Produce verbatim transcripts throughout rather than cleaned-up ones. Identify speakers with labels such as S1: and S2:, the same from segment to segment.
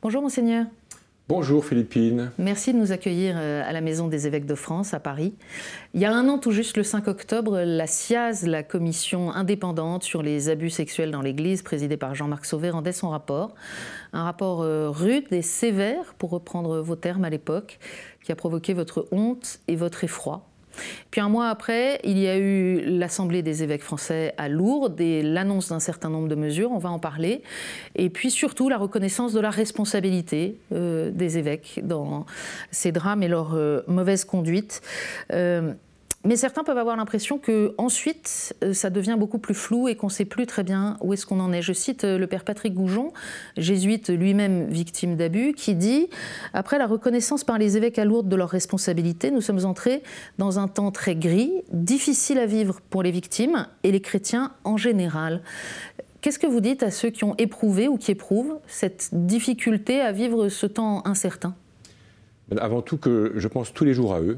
S1: Bonjour Monseigneur.
S2: Bonjour Philippine.
S1: Merci de nous accueillir à la Maison des évêques de France à Paris. Il y a un an tout juste, le cinq octobre, la C I A Z, la commission indépendante sur les abus sexuels dans l'Église, présidée par Jean-Marc Sauvé, rendait son rapport. Un rapport rude et sévère, pour reprendre vos termes à l'époque, qui a provoqué votre honte et votre effroi. Puis un mois après, il y a eu l'Assemblée des évêques français à Lourdes et l'annonce d'un certain nombre de mesures, on va en parler. Et puis surtout la reconnaissance de la responsabilité euh, des évêques dans ces drames et leur euh, mauvaise conduite. Euh, Mais certains peuvent avoir l'impression qu'ensuite, ça devient beaucoup plus flou et qu'on ne sait plus très bien où est-ce qu'on en est. Je cite le père Patrick Goujon, jésuite lui-même victime d'abus, qui dit « Après la reconnaissance par les évêques à Lourdes de leurs responsabilités, nous sommes entrés dans un temps très gris, difficile à vivre pour les victimes et les chrétiens en général. » Qu'est-ce que vous dites à ceux qui ont éprouvé ou qui éprouvent cette difficulté à vivre ce temps incertain ?
S2: Avant tout, que je pense tous les jours à eux.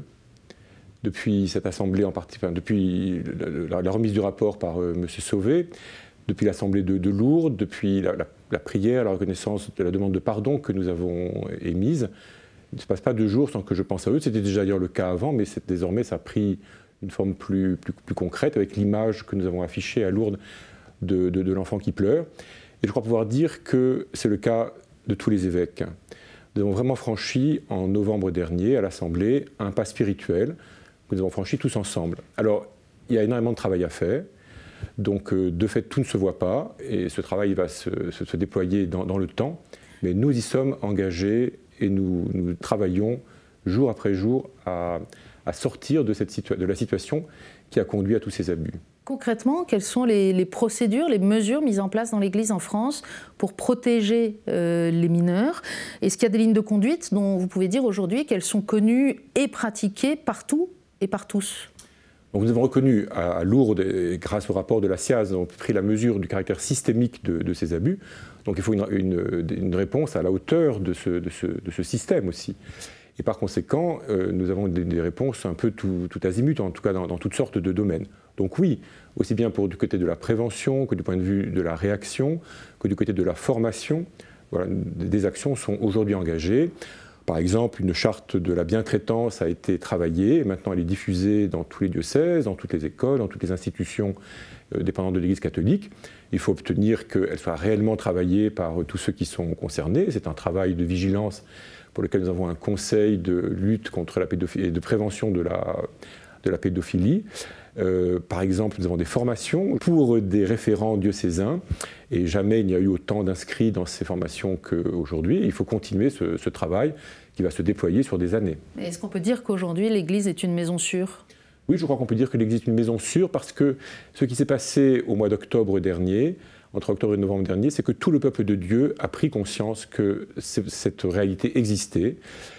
S2: Depuis cette assemblée en partie, enfin, depuis la, la remise du rapport par euh, M. Sauvé, depuis l'assemblée de, de Lourdes, depuis la, la, la prière, la reconnaissance de la demande de pardon que nous avons émise, il ne se passe pas deux jours sans que je pense à eux. C'était déjà d'ailleurs le cas avant, mais désormais ça a pris une forme plus, plus, plus concrète avec l'image que nous avons affichée à Lourdes de, de, de l'enfant qui pleure. Et je crois pouvoir dire que c'est le cas de tous les évêques. Nous avons vraiment franchi en novembre dernier à l'assemblée un pas spirituel que nous avons franchi tous ensemble. Alors, il y a énormément de travail à faire, donc euh, de fait, tout ne se voit pas, et ce travail va se, se, se déployer dans, dans le temps, mais nous y sommes engagés et nous, nous travaillons jour après jour à, à sortir de, cette situa- de la situation qui a conduit à tous ces abus.
S1: Concrètement, quelles sont les, les procédures, les mesures mises en place dans l'Église en France pour protéger euh, les mineurs ? Est-ce qu'il y a des lignes de conduite dont vous pouvez dire aujourd'hui qu'elles sont connues et pratiquées partout et par tous ?
S2: Donc nous avons reconnu à Lourdes, et grâce au rapport de la C I A Z, nous avons pris la mesure du caractère systémique de, de ces abus. Donc il faut une, une, une réponse à la hauteur de ce, de ce, de ce système aussi. Et par conséquent, euh, nous avons des, des réponses un peu tout, tout azimut, en tout cas dans, dans toutes sortes de domaines. Donc oui, aussi bien pour du côté de la prévention que du point de vue de la réaction, que du côté de la formation, voilà, des actions sont aujourd'hui engagées. Par exemple, une charte de la bientraitance a été travaillée, et maintenant elle est diffusée dans tous les diocèses, dans toutes les écoles, dans toutes les institutions euh, dépendantes de l'Église catholique. Il faut obtenir qu'elle soit réellement travaillée par euh, tous ceux qui sont concernés. C'est un travail de vigilance pour lequel nous avons un conseil de lutte contre la pédophilie et de prévention de la, de la pédophilie. Euh, par exemple, nous avons des formations pour des référents diocésains et jamais il n'y a eu autant d'inscrits dans ces formations qu'aujourd'hui. Il faut continuer ce, ce travail qui va se déployer sur des années.
S1: Est-ce qu'on peut dire qu'aujourd'hui l'Église est une maison sûre ?
S2: Oui, je crois qu'on peut dire que l'Église est une maison sûre parce que ce qui s'est passé au mois d'octobre dernier, entre octobre et novembre dernier, c'est que tout le peuple de Dieu a pris conscience que cette réalité existait,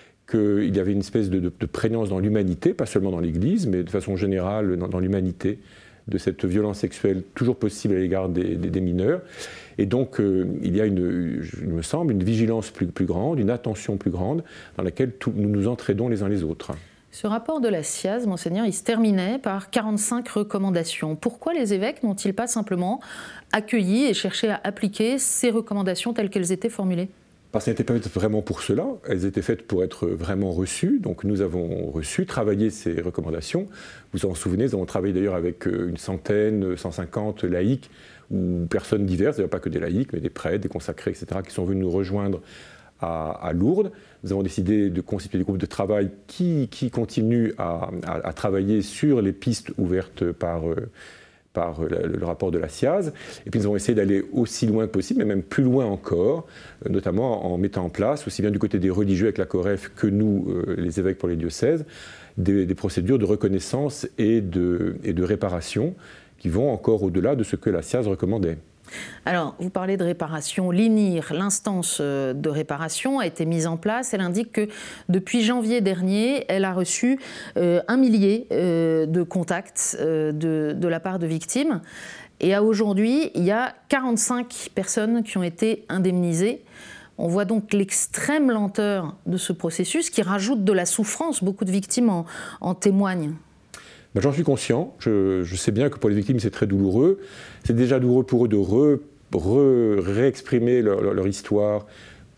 S2: qu'il y avait une espèce de, de, de prégnance dans l'humanité, pas seulement dans l'Église, mais de façon générale dans, dans l'humanité, de cette violence sexuelle toujours possible à l'égard des, des, des mineurs. Et donc, euh, il y a, une, il me semble, une vigilance plus, plus grande, une attention plus grande, dans laquelle tout, nous nous entraidons les uns les autres.
S1: Ce rapport de la C I A Z, Monseigneur, il se terminait par quarante-cinq recommandations. Pourquoi les évêques n'ont-ils pas simplement accueilli et cherché à appliquer ces recommandations telles qu'elles étaient formulées ?
S2: Parce qu'elles n'étaient pas faites vraiment pour cela, elles étaient faites pour être vraiment reçues. Donc nous avons reçu, travaillé ces recommandations. Vous vous en souvenez, nous avons travaillé d'ailleurs avec une centaine, cent cinquante laïcs ou personnes diverses, d'ailleurs pas que des laïcs, mais des prêtres, des consacrés, et cetera, qui sont venus nous rejoindre à, à Lourdes. Nous avons décidé de constituer des groupes de travail qui, qui continuent à, à, à travailler sur les pistes ouvertes par... Euh, par le, le rapport de la C I A Z. Et puis nous avons essayé d'aller aussi loin que possible, mais même plus loin encore, notamment en mettant en place, aussi bien du côté des religieux avec la COREF que nous, euh, les évêques pour les diocèses, des, des procédures de reconnaissance et de, et de réparation qui vont encore au-delà de ce que la C I A Z recommandait.
S1: Alors, vous parlez de réparation. L'I N I R, l'instance de réparation, a été mise en place. Elle indique que depuis janvier dernier, elle a reçu euh, un millier euh, de contacts euh, de, de la part de victimes. Et à aujourd'hui, il y a quarante-cinq personnes qui ont été indemnisées. On voit donc l'extrême lenteur de ce processus qui rajoute de la souffrance. Beaucoup de victimes en, en témoignent.
S2: Ben, j'en suis conscient, je, je sais bien que pour les victimes c'est très douloureux. C'est déjà douloureux pour eux de re, re, réexprimer leur, leur, leur histoire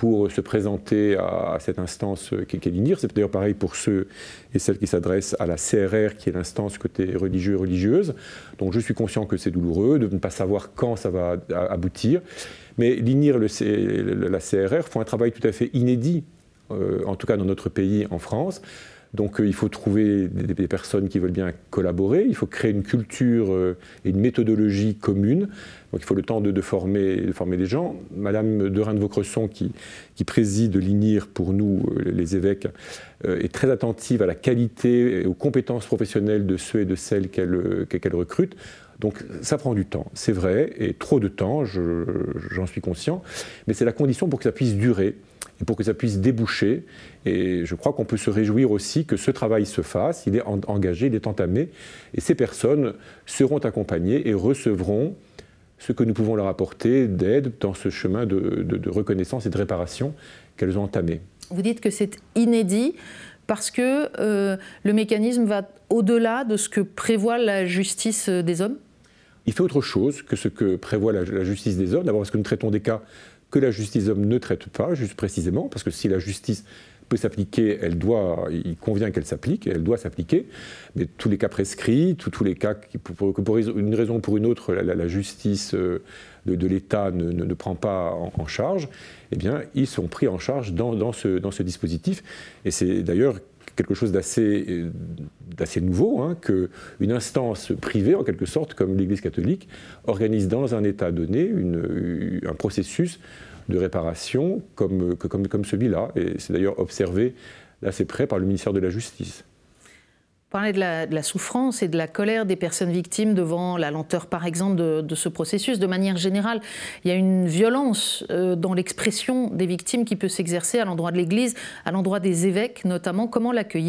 S2: pour se présenter à, à cette instance qu'est l'I N I R. C'est d'ailleurs pareil pour ceux et celles qui s'adressent à la C R R, qui est l'instance côté religieux et religieuse. Donc je suis conscient que c'est douloureux de ne pas savoir quand ça va aboutir. Mais l'I N I R et la C R R font un travail tout à fait inédit, euh, en tout cas dans notre pays, en France. Donc euh, il faut trouver des, des personnes qui veulent bien collaborer, il faut créer une culture euh, et une méthodologie commune. Donc il faut le temps de, de, former, de former les gens. Madame de Reims-Vaucresson, qui, qui préside l'I N I R pour nous, euh, les évêques, euh, est très attentive à la qualité et aux compétences professionnelles de ceux et de celles qu'elle, qu'elle recrute. Donc ça prend du temps, c'est vrai, et trop de temps, je, j'en suis conscient, mais c'est la condition pour que ça puisse durer et pour que ça puisse déboucher. Et je crois qu'on peut se réjouir aussi que ce travail se fasse, il est en, engagé, il est entamé, et ces personnes seront accompagnées et recevront ce que nous pouvons leur apporter d'aide dans ce chemin de, de, de reconnaissance et de réparation qu'elles ont entamé.
S1: Vous dites que c'est inédit parce que euh, le mécanisme va au-delà de ce que prévoit la justice des hommes ?
S2: Il fait autre chose que ce que prévoit la, la justice des hommes. D'abord parce que nous traitons des cas que la justice des hommes ne traite pas, juste précisément, parce que si la justice peut s'appliquer, elle doit, il convient qu'elle s'applique, elle doit s'appliquer, mais tous les cas prescrits, tous, tous les cas qui, pour, pour une raison ou pour une autre, la, la justice de, de l'État ne, ne, ne prend pas en, en charge, eh bien, ils sont pris en charge dans, dans, ce, dans ce dispositif. Et c'est d'ailleurs quelque chose d'assez, d'assez nouveau, hein, qu'une instance privée, en quelque sorte, comme l'Église catholique, organise dans un État donné une, un processus de réparation comme, comme, comme celui-là. Et c'est d'ailleurs observé d'assez près par le ministère de la Justice.
S1: Vous parlez de la, de la souffrance et de la colère des personnes victimes devant la lenteur, par exemple, de, de ce processus. De manière générale, il y a une violence euh, dans l'expression des victimes qui peut s'exercer à l'endroit de l'Église, à l'endroit des évêques notamment. Comment l'accueillir ?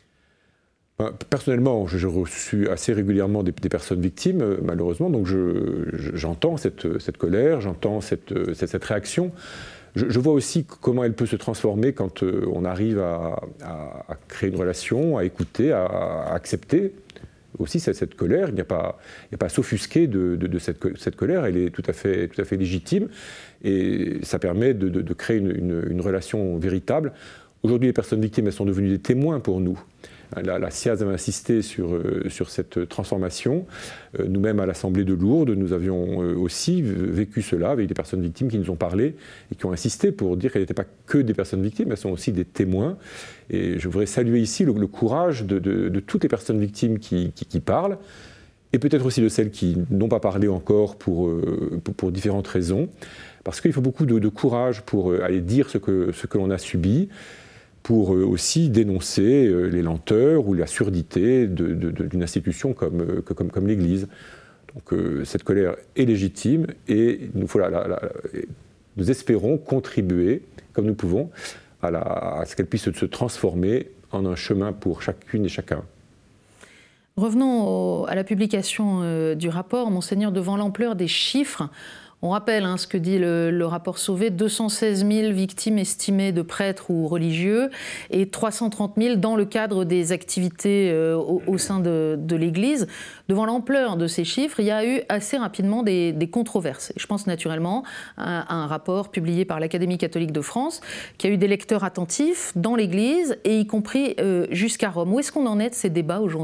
S2: Personnellement, j'ai reçu assez régulièrement des, des personnes victimes, malheureusement, donc je, je, j'entends cette, cette colère, j'entends cette, cette, cette réaction. Je, je vois aussi comment elle peut se transformer quand on arrive à, à, à créer une relation, à écouter, à, à accepter aussi cette, cette colère. Il n'y a pas, il n'y a pas à s'offusquer de, de, de cette, cette colère, elle est tout à fait, tout à fait légitime et ça permet de, de, de créer une, une, une relation véritable. Aujourd'hui, les personnes victimes, elles sont devenues des témoins pour nous. La, la C I A Z avait insisté sur, euh, sur cette transformation. Euh, nous-mêmes, à l'Assemblée de Lourdes, nous avions euh, aussi vécu cela avec des personnes victimes qui nous ont parlé et qui ont insisté pour dire qu'elles n'étaient pas que des personnes victimes, elles sont aussi des témoins. Et je voudrais saluer ici le, le courage de, de, de toutes les personnes victimes qui, qui, qui parlent, et peut-être aussi de celles qui n'ont pas parlé encore pour, euh, pour, pour différentes raisons, parce qu'il faut beaucoup de, de courage pour euh, aller dire ce que, ce que l'on a subi, pour aussi dénoncer les lenteurs ou la surdité de, de, de, d'une institution comme, comme, comme l'Église. Donc euh, cette colère est légitime et nous, voilà, la, la, nous espérons contribuer, comme nous pouvons, à, la, à ce qu'elle puisse se transformer en un chemin pour chacune et chacun.
S1: Revenons au, à la publication euh, du rapport. Monseigneur, devant l'ampleur des chiffres, on rappelle hein, ce que dit le, le rapport Sauvé, deux cent seize mille victimes estimées de prêtres ou religieux et trois cent trente mille dans le cadre des activités euh, au, au sein de, de l'Église. Devant l'ampleur de ces chiffres, il y a eu assez rapidement des, des controverses. Et je pense naturellement à, à un rapport publié par l'Académie catholique de France qui a eu des lecteurs attentifs dans l'Église et y compris euh, jusqu'à Rome. Où est-ce qu'on en est de ces débats aujourd'hui ?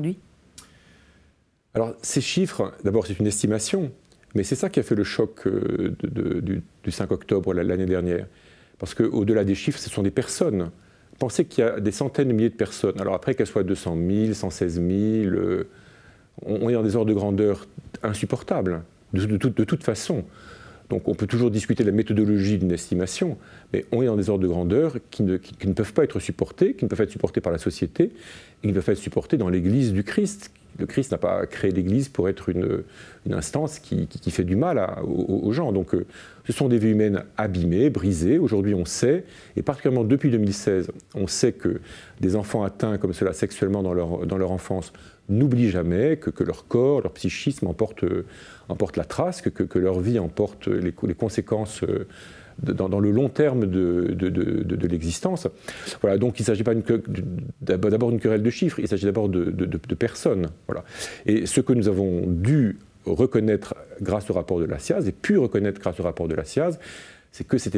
S2: Alors ces chiffres, d'abord c'est une estimation. Mais c'est ça qui a fait le choc de, de, du, du cinq octobre l'année dernière. Parce qu'au-delà des chiffres, ce sont des personnes. Pensez qu'il y a des centaines de milliers de personnes. Alors après, qu'elles soient deux cent mille, cent seize mille, euh, on est dans des ordres de grandeur insupportables, de, de, de, de toute façon. Donc on peut toujours discuter de la méthodologie d'une estimation, mais on est dans des ordres de grandeur qui ne, qui, qui ne peuvent pas être supportés, qui ne peuvent être supportés par la société, et qui ne peuvent pas être supportés dans l'Église du Christ. Le Christ n'a pas créé l'Église pour être une, une instance qui, qui, qui fait du mal à, aux, aux gens. Donc euh, ce sont des vies humaines abîmées, brisées. Aujourd'hui on sait, et particulièrement depuis deux mille seize, on sait que des enfants atteints comme cela sexuellement dans leur, dans leur enfance n'oublient jamais que, que leur corps, leur psychisme emporte, emporte la trace, que, que, que leur vie emporte les, les conséquences euh, Dans, dans le long terme de, de, de, de, de l'existence. Voilà, donc il ne s'agit pas d'une, d'abord d'une querelle de chiffres, il s'agit d'abord de, de, de personnes. Voilà. Et ce que nous avons dû reconnaître grâce au rapport de la C I A Z, et pu reconnaître grâce au rapport de la C I A Z, c'est que ce n'était pas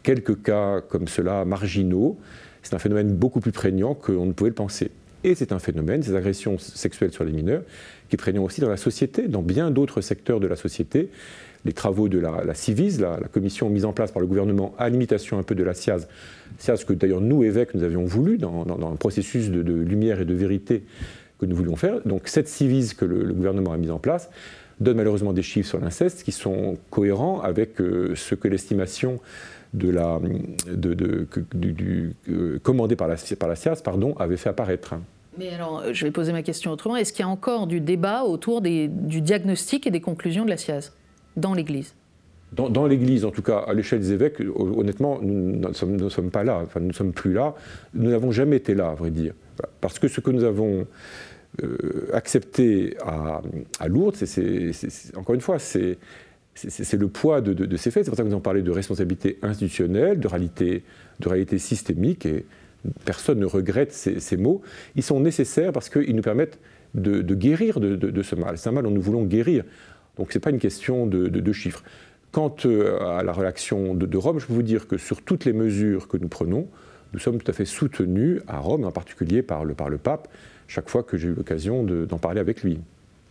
S2: quelques cas comme cela marginaux. C'est un phénomène beaucoup plus prégnant qu'on ne pouvait le penser. Et c'est un phénomène, ces agressions sexuelles sur les mineurs, qui est prégnant aussi dans la société, dans bien d'autres secteurs de la société. Les travaux de la, la Civis, la, la commission mise en place par le gouvernement à l'imitation un peu de la C I A S, C I A S que d'ailleurs nous, évêques, nous avions voulu dans, dans, dans un processus de, de lumière et de vérité que nous voulions faire. Donc cette Civis que le, le gouvernement a mise en place donne malheureusement des chiffres sur l'inceste qui sont cohérents avec euh, ce que l'estimation de la, de, de, du, du, euh, commandée par la, par la C I A S pardon, avait fait apparaître.
S1: Mais alors, je vais poser ma question autrement. Est-ce qu'il y a encore du débat autour des, du diagnostic et des conclusions de la C I A S dans l'Église ?
S2: Dans, dans l'Église, en tout cas, à l'échelle des évêques, honnêtement, nous ne sommes, sommes pas là, enfin, nous ne sommes plus là. Nous n'avons jamais été là, à vrai dire. Parce que ce que nous avons euh, accepté à, à Lourdes, c'est, c'est, c'est, encore une fois, c'est, c'est, c'est le poids de, de, de ces faits. C'est pour ça que nous avons parlé de responsabilité institutionnelle, de réalité, de réalité systémique, et personne ne regrette ces, ces mots. Ils sont nécessaires parce qu'ils nous permettent de, de guérir de, de, de ce mal. C'est un mal dont nous voulons guérir. Donc ce n'est pas une question de, de, de chiffres. Quant à la réaction de, de Rome, je peux vous dire que sur toutes les mesures que nous prenons, nous sommes tout à fait soutenus à Rome, en particulier par le, par le pape, chaque fois que j'ai eu l'occasion de, d'en parler avec lui.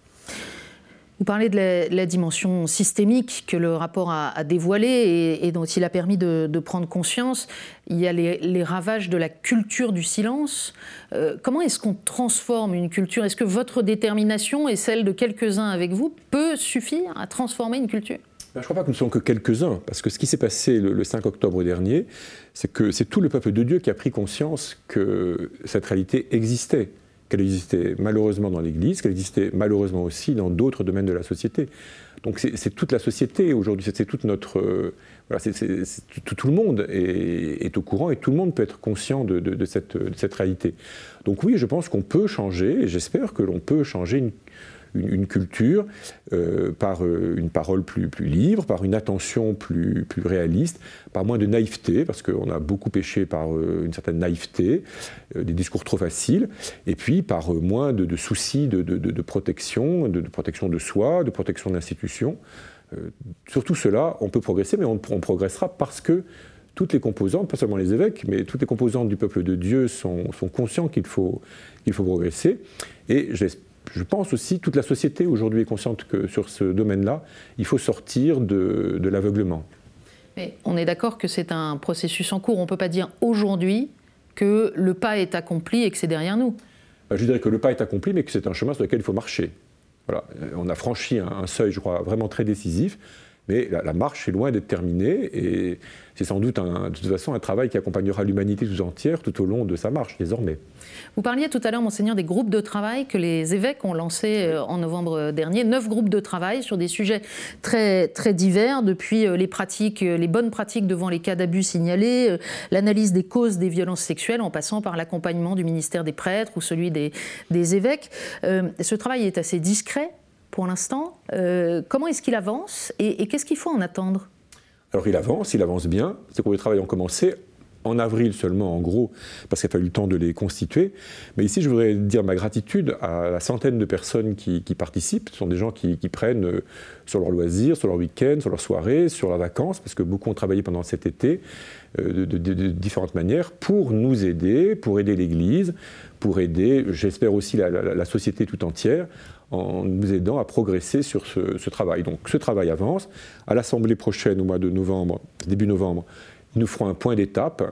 S1: Vous parlez de la, la dimension systémique que le rapport a, a dévoilée et, et dont il a permis de, de prendre conscience. Il y a les, les ravages de la culture du silence. Euh, comment est-ce qu'on transforme une culture ? Est-ce que votre détermination et celle de quelques-uns avec vous peut suffire à transformer une culture ?
S2: Je ne crois pas que nous ne sommes que quelques-uns, parce que ce qui s'est passé le, le cinq octobre dernier, c'est que c'est tout le peuple de Dieu qui a pris conscience que cette réalité existait, qu'elle existait malheureusement dans l'Église, qu'elle existait malheureusement aussi dans d'autres domaines de la société. Donc c'est, c'est toute la société aujourd'hui, c'est, c'est toute notre... Euh, voilà, c'est, c'est, c'est, tout, tout le monde est, est au courant et tout le monde peut être conscient de, de, de, cette, de cette réalité. Donc oui, je pense qu'on peut changer, et j'espère que l'on peut changer une Une, une culture euh, par euh, une parole plus, plus libre, par une attention plus, plus réaliste, par moins de naïveté, parce qu'on a beaucoup péché par euh, une certaine naïveté, euh, des discours trop faciles, et puis par euh, moins de, de soucis de, de, de, de protection, de, de protection de soi, de protection d'institutions. Euh, sur tout cela, on peut progresser, mais on, on progressera parce que toutes les composantes, pas seulement les évêques, mais toutes les composantes du peuple de Dieu sont, sont conscients qu'il faut, qu'il faut progresser, et j'espère. Je pense aussi que toute la société aujourd'hui est consciente que sur ce domaine-là, il faut sortir de, de l'aveuglement.
S1: Mais on est d'accord que c'est un processus en cours. On ne peut pas dire aujourd'hui que le pas est accompli et que c'est derrière nous.
S2: Je dirais que le pas est accompli, mais que c'est un chemin sur lequel il faut marcher. Voilà. On a franchi un, un seuil, je crois, vraiment très décisif, mais la, la marche est loin d'être terminée et c'est sans doute un, de toute façon un travail qui accompagnera l'humanité tout entière tout au long de sa marche, désormais.
S1: Vous parliez tout à l'heure, Monseigneur, des groupes de travail que les évêques ont lancés en novembre dernier. Neuf groupes de travail sur des sujets très, très divers, depuis les pratiques, les bonnes pratiques devant les cas d'abus signalés, l'analyse des causes des violences sexuelles, en passant par l'accompagnement du ministère des prêtres ou celui des, des évêques. Euh, ce travail est assez discret pour l'instant. Euh, comment est-ce qu'il avance et, et qu'est-ce qu'il faut en attendre ?
S2: Alors il avance, il avance bien. Ces groupes de travail ont commencé en avril seulement, en gros, parce qu'il a fallu le temps de les constituer. Mais ici, je voudrais dire ma gratitude à la centaine de personnes qui, qui participent. Ce sont des gens qui, qui prennent euh, sur leurs loisirs, sur leurs week-ends, sur leurs soirées, sur leurs vacances, parce que beaucoup ont travaillé pendant cet été euh, de, de, de, de différentes manières pour nous aider, pour aider l'Église, pour aider, j'espère aussi, la, la, la société tout entière, en nous aidant à progresser sur ce, ce travail. Donc ce travail avance. À l'Assemblée prochaine, au mois de novembre, début novembre, nous ferons un point d'étape.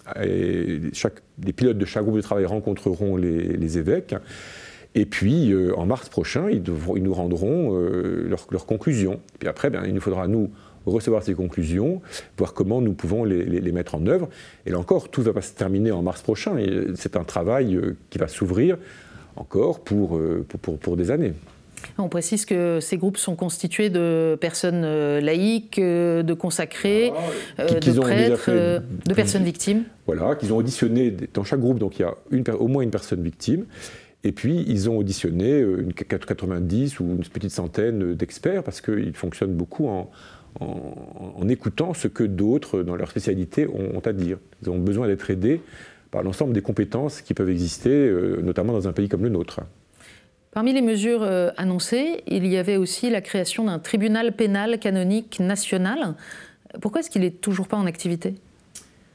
S2: Et chaque, les pilotes de chaque groupe de travail rencontreront les, les évêques. Et puis, euh, en mars prochain, ils, devront, ils nous rendront euh, leurs leur conclusions. Et puis après, bien, il nous faudra, nous, recevoir ces conclusions, voir comment nous pouvons les, les, les mettre en œuvre. Et là encore, tout ne va pas se terminer en mars prochain. Et c'est un travail euh, qui va s'ouvrir encore pour, euh, pour, pour, pour des années.
S1: On précise que ces groupes sont constitués de personnes laïques, de consacrés, ah, de prêtres, fait, de personnes victimes.
S2: Voilà, qu'ils ont auditionné dans chaque groupe, donc il y a une, au moins une personne victime. Et puis ils ont auditionné une quatre-vingt-dix ou une petite centaine d'experts parce qu'ils fonctionnent beaucoup en, en, en écoutant ce que d'autres, dans leur spécialité, ont, ont à dire. Ils ont besoin d'être aidés par l'ensemble des compétences qui peuvent exister, notamment dans un pays comme le nôtre.
S1: Parmi les mesures euh, annoncées, il y avait aussi la création d'un tribunal pénal canonique national. Pourquoi est-ce qu'il n'est toujours pas en activité ?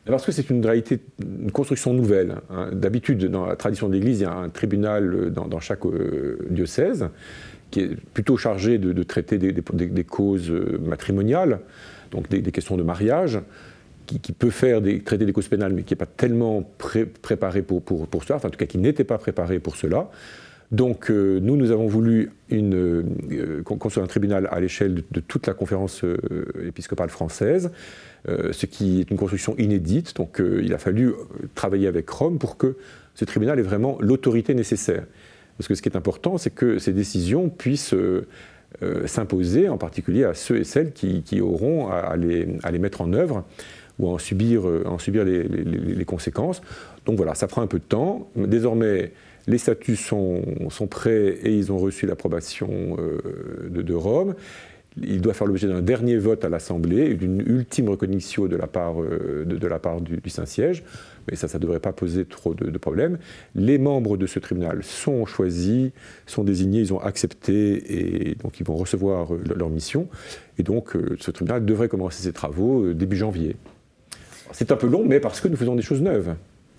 S2: Parce que c'est une réalité, une construction nouvelle. Hein. D'habitude, dans la tradition de l'Église, il y a un tribunal dans, dans chaque euh, diocèse qui est plutôt chargé de, de traiter des, des, des causes matrimoniales, donc des, des questions de mariage, qui, qui peut faire des, traiter des causes pénales, mais qui n'est pas tellement pré, préparé pour, pour, pour cela, enfin en tout cas qui n'était pas préparé pour cela. Donc euh, nous, nous avons voulu une, euh, construire un tribunal à l'échelle de, de toute la conférence euh, épiscopale française, euh, ce qui est une construction inédite. Donc euh, il a fallu travailler avec Rome pour que ce tribunal ait vraiment l'autorité nécessaire. Parce que ce qui est important, c'est que ces décisions puissent euh, euh, s'imposer, en particulier à ceux et celles qui, qui auront à, à, les, à les mettre en œuvre ou à en subir, à en subir les, les, les conséquences. Donc voilà, ça prend un peu de temps. Désormais, les statuts sont, sont prêts et ils ont reçu l'approbation euh, de, de Rome. Il doit faire l'objet d'un dernier vote à l'Assemblée et d'une ultime recognition de la part, euh, de, de la part du, du Saint-Siège. Mais ça, ça ne devrait pas poser trop de, de problèmes. Les membres de ce tribunal sont choisis, sont désignés, ils ont accepté et donc ils vont recevoir euh, leur mission. Et donc euh, ce tribunal devrait commencer ses travaux euh, début janvier. C'est un peu long, mais parce que nous faisons des choses neuves.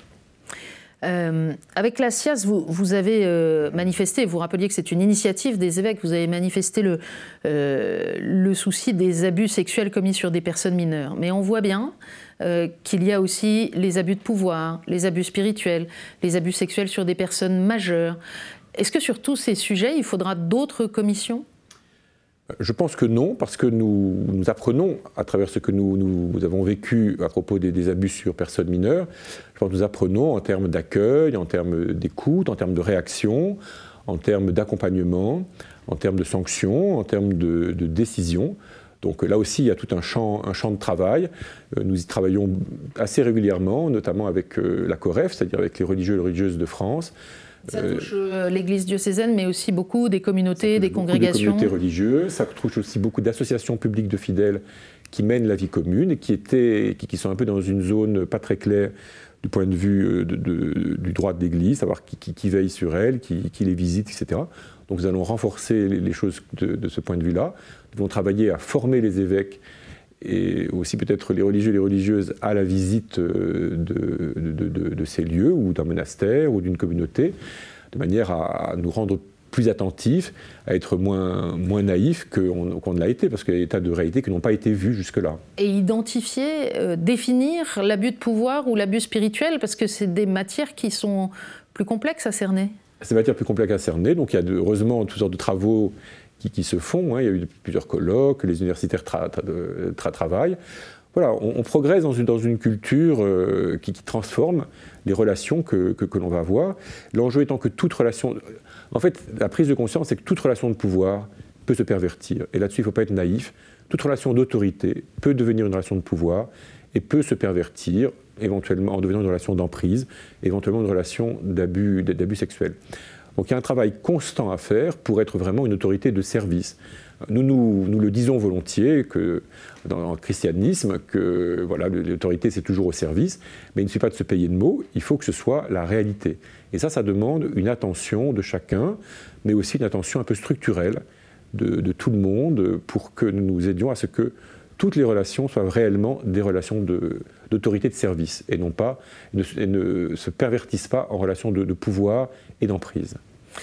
S1: Euh, avec la S I A S, vous, vous avez euh, manifesté, vous rappeliez que c'est une initiative des évêques, vous avez manifesté le, euh, le souci des abus sexuels commis sur des personnes mineures. Mais on voit bien euh, qu'il y a aussi les abus de pouvoir, les abus spirituels, les abus sexuels sur des personnes majeures. Est-ce que sur tous ces sujets, il faudra d'autres commissions ?
S2: Je pense que non, parce que nous, nous apprenons, à travers ce que nous, nous avons vécu à propos des, des abus sur personnes mineures, je pense que nous apprenons en termes d'accueil, en termes d'écoute, en termes de réaction, en termes d'accompagnement, en termes de sanctions, en termes de, de décision. Donc là aussi, il y a tout un champ, un champ de travail. Nous y travaillons assez régulièrement, notamment avec la COREF, c'est-à-dire avec les religieux et les religieuses de France.
S1: Ça touche euh, l'Église diocésaine, mais aussi beaucoup des communautés, des congrégations.
S2: Des communautés religieuses, ça touche aussi beaucoup d'associations publiques de fidèles qui mènent la vie commune et qui, étaient, qui, qui sont un peu dans une zone pas très claire du point de vue de, de, du droit de l'Église, savoir qui, qui, qui veille sur elles, qui, qui les visite, et cetera. Donc nous allons renforcer les, les choses de, de ce point de vue-là. Nous allons travailler à former les évêques et aussi peut-être les religieux et les religieuses à la visite de, de, de, de, de ces lieux, ou d'un monastère, ou d'une communauté, de manière à nous rendre plus attentifs, à être moins, moins naïfs qu'on, qu'on ne l'a été, parce qu'il y a des tas de réalités qui n'ont pas été vues jusque-là.
S1: Et identifier, euh, définir l'abus de pouvoir ou l'abus spirituel, parce que c'est des matières qui sont plus complexes à cerner.
S2: C'est des matières plus complexes à cerner, donc il y a de, heureusement toutes sortes de travaux Qui, qui se font, hein. Il y a eu plusieurs colloques, les universitaires tra, tra, tra, travaillent. Voilà, on, on progresse dans une, dans une culture euh, qui, qui transforme les relations que, que, que l'on va avoir. L'enjeu étant que toute relation... En fait, la prise de conscience, c'est que toute relation de pouvoir peut se pervertir. Et là-dessus, il ne faut pas être naïf. Toute relation d'autorité peut devenir une relation de pouvoir et peut se pervertir, éventuellement en devenant une relation d'emprise, éventuellement une relation d'abus, d'abus sexuel. Donc il y a un travail constant à faire pour être vraiment une autorité de service. Nous, nous, nous le disons volontiers que, dans le christianisme, que voilà, l'autorité c'est toujours au service, mais il ne suffit pas de se payer de mots, il faut que ce soit la réalité. Et ça, ça demande une attention de chacun, mais aussi une attention un peu structurelle de, de tout le monde pour que nous nous aidions à ce que toutes les relations soient réellement des relations de, d'autorité de service et non pas, et ne, et ne se pervertissent pas en relation de, de pouvoir et d'emprise.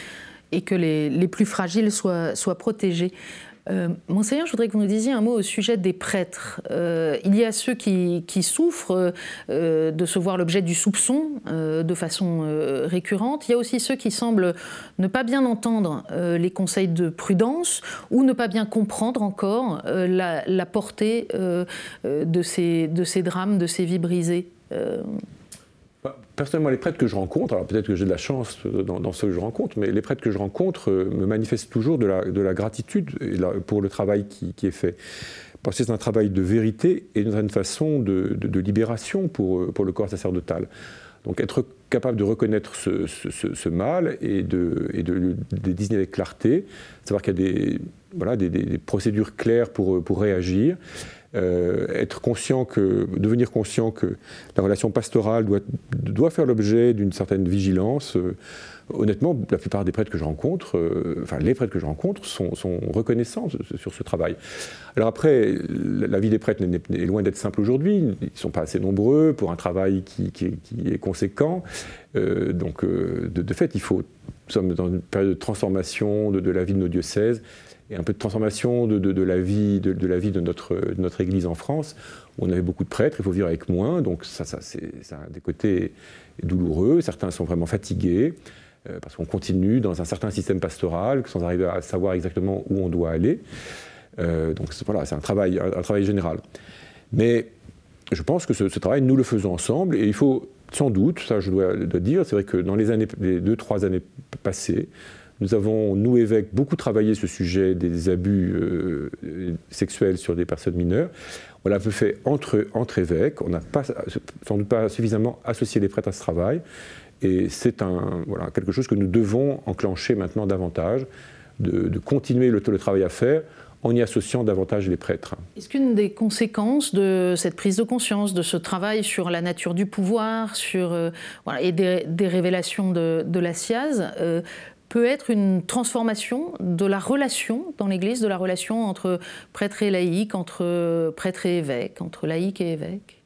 S1: Et que les, les plus fragiles soient, soient protégés. Euh, Monseigneur, je voudrais que vous nous disiez un mot au sujet des prêtres. Euh, il y a ceux qui, qui souffrent euh, de se voir l'objet du soupçon euh, de façon euh, récurrente. Il y a aussi ceux qui semblent ne pas bien entendre euh, les conseils de prudence ou ne pas bien comprendre encore euh, la, la portée euh, de, ces, de ces drames, de ces vies brisées. Euh,
S2: Personnellement, les prêtres que je rencontre, alors peut-être que j'ai de la chance dans, dans ceux que je rencontre, mais les prêtres que je rencontre me manifestent toujours de la, de la gratitude pour le travail qui, qui est fait. Parce que c'est un travail de vérité et d'une certaine façon de, de, de libération pour, pour le corps sacerdotal. Donc être capable de reconnaître ce, ce, ce mal et de, et de le désigner avec clarté, savoir qu'il y a des, voilà, des, des, des procédures claires pour, pour réagir, Euh, être conscient que, devenir conscient que la relation pastorale doit, doit faire l'objet d'une certaine vigilance. Euh, honnêtement, la plupart des prêtres que je rencontre, euh, enfin les prêtres que je rencontre, sont, sont reconnaissants sur ce travail. Alors après, la vie des prêtres est loin d'être simple aujourd'hui. Ils ne sont pas assez nombreux pour un travail qui, qui, qui est conséquent. Euh, donc, euh, de, de fait, il faut, nous sommes dans une période de transformation de, de la vie de nos diocèses et un peu de transformation de, de, de la vie, de, de, la vie de, notre, de notre Église en France, où on avait beaucoup de prêtres, il faut vivre avec moins. Donc ça, ça, c'est, ça a des côtés douloureux. Certains sont vraiment fatigués, euh, parce qu'on continue dans un certain système pastoral, sans arriver à savoir exactement où on doit aller. Euh, donc c'est, voilà, c'est un travail, un, un travail général. Mais je pense que ce, ce travail, nous le faisons ensemble, et il faut sans doute, ça je dois le dire, c'est vrai que dans les, années, les deux, trois années passées, nous avons, nous évêques, beaucoup travaillé ce sujet des abus euh, sexuels sur des personnes mineures. On l'a fait entre, entre évêques, on n'a pas, sans doute pas suffisamment associé les prêtres à ce travail, et c'est un, voilà, quelque chose que nous devons enclencher maintenant davantage, de, de continuer le, le travail à faire, en y associant davantage les prêtres.
S1: Est-ce qu'une des conséquences de cette prise de conscience, de ce travail sur la nature du pouvoir, sur, euh, voilà, et des, des révélations de, de la S I A Z, euh, peut être une transformation de la relation dans l'Église, de la relation entre prêtre et laïc, entre prêtre et évêque, entre laïc et évêque?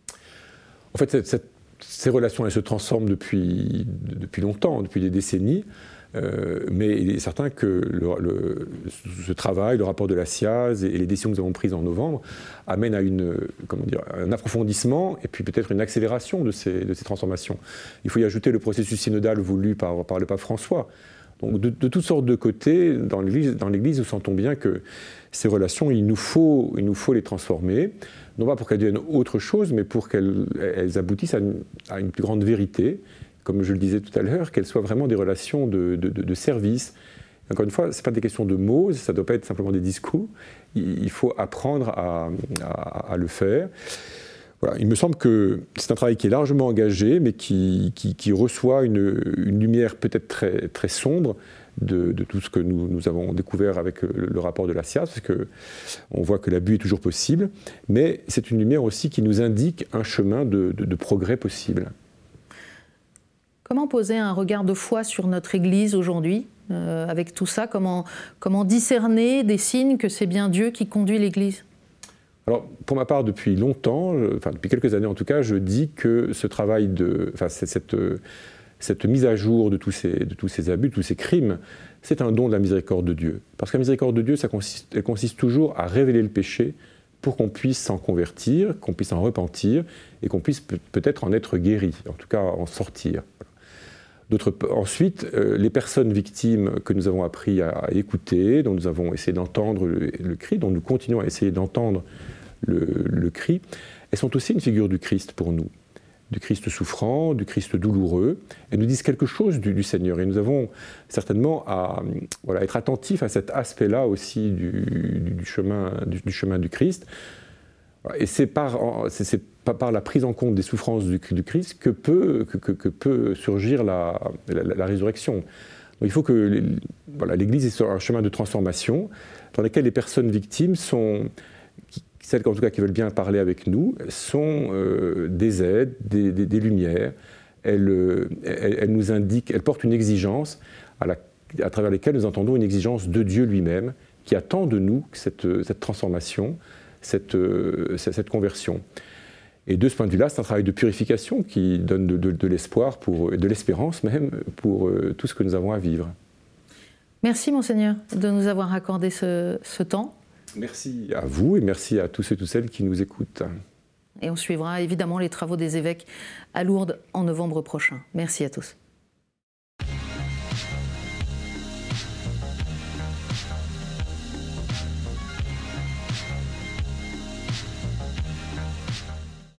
S2: En fait, cette, cette, ces relations, elles se transforment depuis, depuis longtemps, depuis des décennies. Euh, mais il est certain que le, le, ce travail, le rapport de la S I A Z et les décisions que nous avons prises en novembre amènent à une, comment dire, un approfondissement et puis peut-être une accélération de ces, de ces transformations. Il faut y ajouter le processus synodal voulu par, par le pape François. Donc de, de toutes sortes de côtés, dans l'Église, dans l'Église, nous sentons bien que ces relations, il nous faut, il nous faut les transformer, non pas pour qu'elles deviennent autre chose, mais pour qu'elles elles aboutissent à une, à une plus grande vérité, comme je le disais tout à l'heure, qu'elles soient vraiment des relations de, de, de, de service. Encore une fois, ce n'est pas des questions de mots, ça ne doit pas être simplement des discours, il, il faut apprendre à, à, à le faire. Voilà, il me semble que c'est un travail qui est largement engagé, mais qui, qui, qui reçoit une, une lumière peut-être très, très sombre de, de tout ce que nous, nous avons découvert avec le, le rapport de la S I A Z, parce qu'on voit que l'abus est toujours possible, mais c'est une lumière aussi qui nous indique un chemin de, de, de progrès possible.
S1: Comment poser un regard de foi sur notre Église aujourd'hui, euh, avec tout ça? Comment, comment discerner des signes que c'est bien Dieu qui conduit l'Église?
S2: Alors, pour ma part, depuis longtemps, enfin depuis quelques années en tout cas, je dis que ce travail de, enfin cette, cette mise à jour de tous ces, de tous ces abus, de tous ces crimes, c'est un don de la miséricorde de Dieu. Parce que la miséricorde de Dieu, ça consiste, elle consiste toujours à révéler le péché pour qu'on puisse s'en convertir, qu'on puisse en repentir et qu'on puisse peut-être en être guéri, en tout cas en sortir. D'autre, ensuite, euh, les personnes victimes que nous avons appris à, à écouter, dont nous avons essayé d'entendre le, le cri, dont nous continuons à essayer d'entendre le, le cri, elles sont aussi une figure du Christ pour nous, du Christ souffrant, du Christ douloureux. Elles nous disent quelque chose du, du Seigneur. Et nous avons certainement à voilà, être attentifs à cet aspect-là aussi du, du, chemin, du, du chemin du Christ. Et c'est par, c'est, c'est par la prise en compte des souffrances du, du Christ que peut, que, que, que peut surgir la, la, la résurrection. Donc il faut que les, voilà, l'Église est sur un chemin de transformation dans lequel les personnes victimes sont, qui, celles en tout cas qui veulent bien parler avec nous, sont euh, des aides, des, des, des lumières. Elles, elles, elles nous indiquent, elles portent une exigence à, la, à travers laquelle nous entendons une exigence de Dieu lui-même qui attend de nous cette, cette transformation, Cette, cette conversion. Et de ce point de vue-là, c'est un travail de purification qui donne de, de, de l'espoir, pour, de l'espérance même, pour tout ce que nous avons à vivre.
S1: Merci, Monseigneur, de nous avoir accordé ce, ce temps.
S2: Merci à vous et merci à tous ceux et toutes celles qui nous écoutent.
S1: Et on suivra évidemment les travaux des évêques à Lourdes en novembre prochain. Merci à tous.